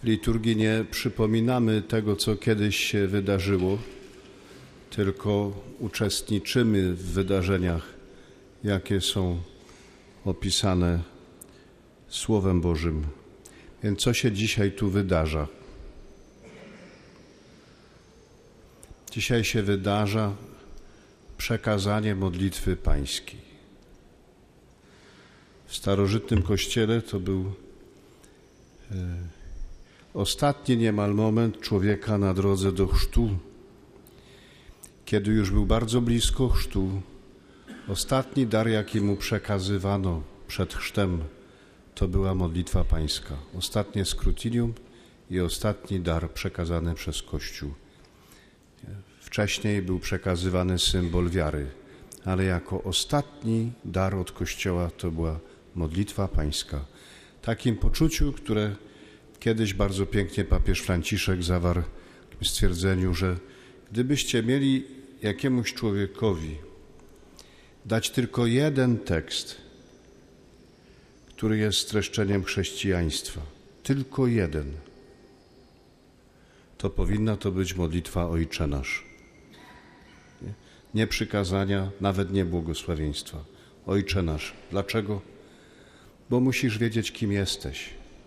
liturgii nie przypominamy tego, co kiedyś się wydarzyło, tylko uczestniczymy w wydarzeniach, jakie są opisane Słowem Bożym. Więc co się dzisiaj tu wydarza? Dzisiaj się wydarza przekazanie modlitwy pańskiej. W starożytnym Kościele to był ostatni niemal moment człowieka na drodze do chrztu. Kiedy już był bardzo blisko chrztu, ostatni dar, jaki mu przekazywano przed chrztem, to była modlitwa pańska. Ostatnie scrutinium i ostatni dar przekazany przez Kościół. Wcześniej był przekazywany symbol wiary, ale jako ostatni dar od Kościoła to była modlitwa pańska. Takim poczuciu, które kiedyś bardzo pięknie papież Franciszek zawarł w stwierdzeniu, że gdybyście mieli jakiemuś człowiekowi dać tylko jeden tekst, który jest streszczeniem chrześcijaństwa, tylko jeden, to powinna to być modlitwa Ojcze Nasz. Nie przykazania, nawet nie błogosławieństwa. Ojcze Nasz. Dlaczego? Bo musisz wiedzieć, kim jesteś.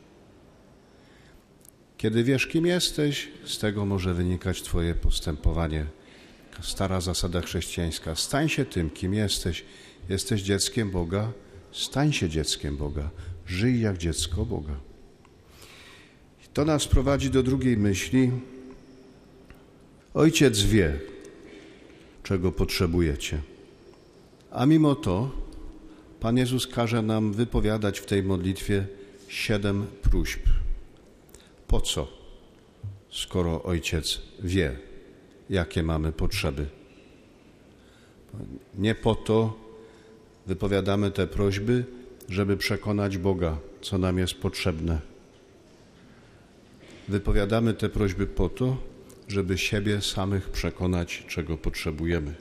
Kiedy wiesz, kim jesteś, z tego może wynikać Twoje postępowanie. Stara zasada chrześcijańska. Stań się tym, kim jesteś. Jesteś dzieckiem Boga, stań się dzieckiem Boga. Żyj jak dziecko Boga. To nas prowadzi do drugiej myśli. Ojciec wie, czego potrzebujecie. A mimo to Pan Jezus każe nam wypowiadać w tej modlitwie 7 próśb. Po co, skoro Ojciec wie, jakie mamy potrzeby? Nie po to wypowiadamy te prośby, żeby przekonać Boga, co nam jest potrzebne. Wypowiadamy te prośby po to, żeby siebie samych przekonać, czego potrzebujemy.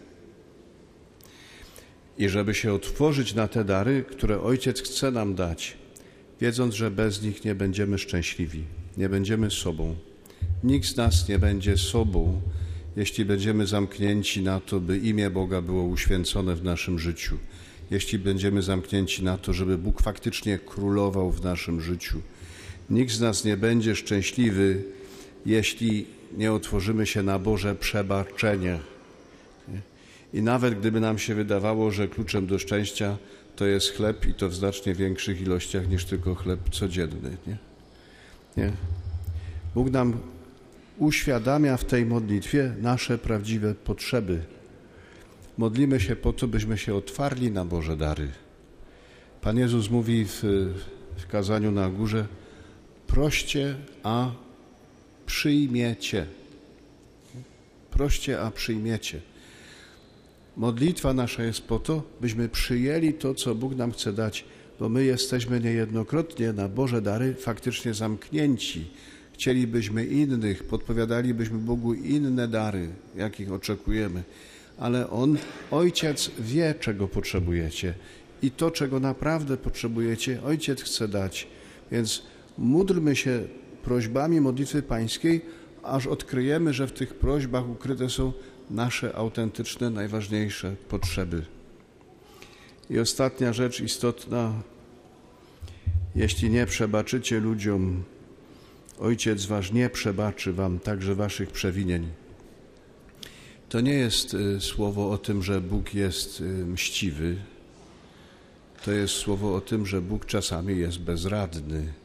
I żeby się otworzyć na te dary, które Ojciec chce nam dać, wiedząc, że bez nich nie będziemy szczęśliwi, nie będziemy sobą. Nikt z nas nie będzie sobą, jeśli będziemy zamknięci na to, by imię Boga było uświęcone w naszym życiu. Jeśli będziemy zamknięci na to, żeby Bóg faktycznie królował w naszym życiu. Nikt z nas nie będzie szczęśliwy, jeśli nie otworzymy się na Boże przebaczenie. I nawet gdyby nam się wydawało, że kluczem do szczęścia to jest chleb i to w znacznie większych ilościach niż tylko chleb codzienny. Nie? Bóg nam uświadamia w tej modlitwie nasze prawdziwe potrzeby. Modlimy się po to, byśmy się otwarli na Boże dary. Pan Jezus mówi w kazaniu na górze: proście, a przyjmiecie. Proście, a przyjmiecie. Modlitwa nasza jest po to, byśmy przyjęli to, co Bóg nam chce dać, bo my jesteśmy niejednokrotnie na Boże dary faktycznie zamknięci. Chcielibyśmy innych, podpowiadalibyśmy Bogu inne dary, jakich oczekujemy, ale Ojciec wie, czego potrzebujecie i to, czego naprawdę potrzebujecie, Ojciec chce dać. Więc módlmy się prośbami modlitwy pańskiej, aż odkryjemy, że w tych prośbach ukryte są nasze autentyczne, najważniejsze potrzeby. I ostatnia rzecz istotna. Jeśli nie przebaczycie ludziom, Ojciec wasz nie przebaczy wam także waszych przewinień. To nie jest słowo o tym, że Bóg jest mściwy. To jest słowo o tym, że Bóg czasami jest bezradny.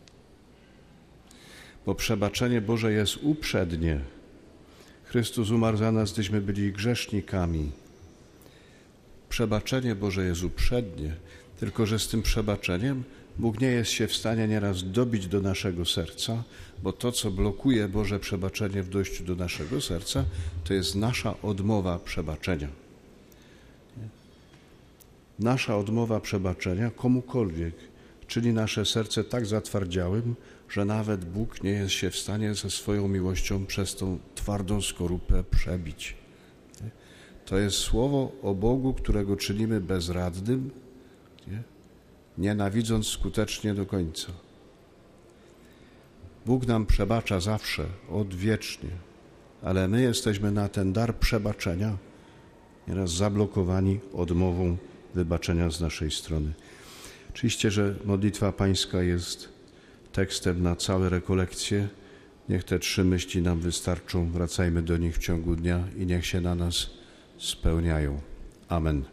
Bo przebaczenie Boże jest uprzednie. Chrystus umarł za nas, gdyśmy byli grzesznikami. Przebaczenie Boże jest uprzednie, tylko że z tym przebaczeniem Bóg nie jest się w stanie nieraz dobić do naszego serca, bo to, co blokuje Boże przebaczenie w dojściu do naszego serca, to jest nasza odmowa przebaczenia. Nasza odmowa przebaczenia komukolwiek, czyli nasze serce tak zatwardziałym, że nawet Bóg nie jest się w stanie ze swoją miłością przez tą twardą skorupę przebić. To jest słowo o Bogu, którego czynimy bezradnym, nienawidząc skutecznie do końca. Bóg nam przebacza zawsze, odwiecznie, ale my jesteśmy na ten dar przebaczenia nieraz zablokowani odmową wybaczenia z naszej strony. Oczywiście, że modlitwa pańska jest tekstem na całe rekolekcje. Niech te 3 myśli nam wystarczą, wracajmy do nich w ciągu dnia i niech się na nas spełniają. Amen.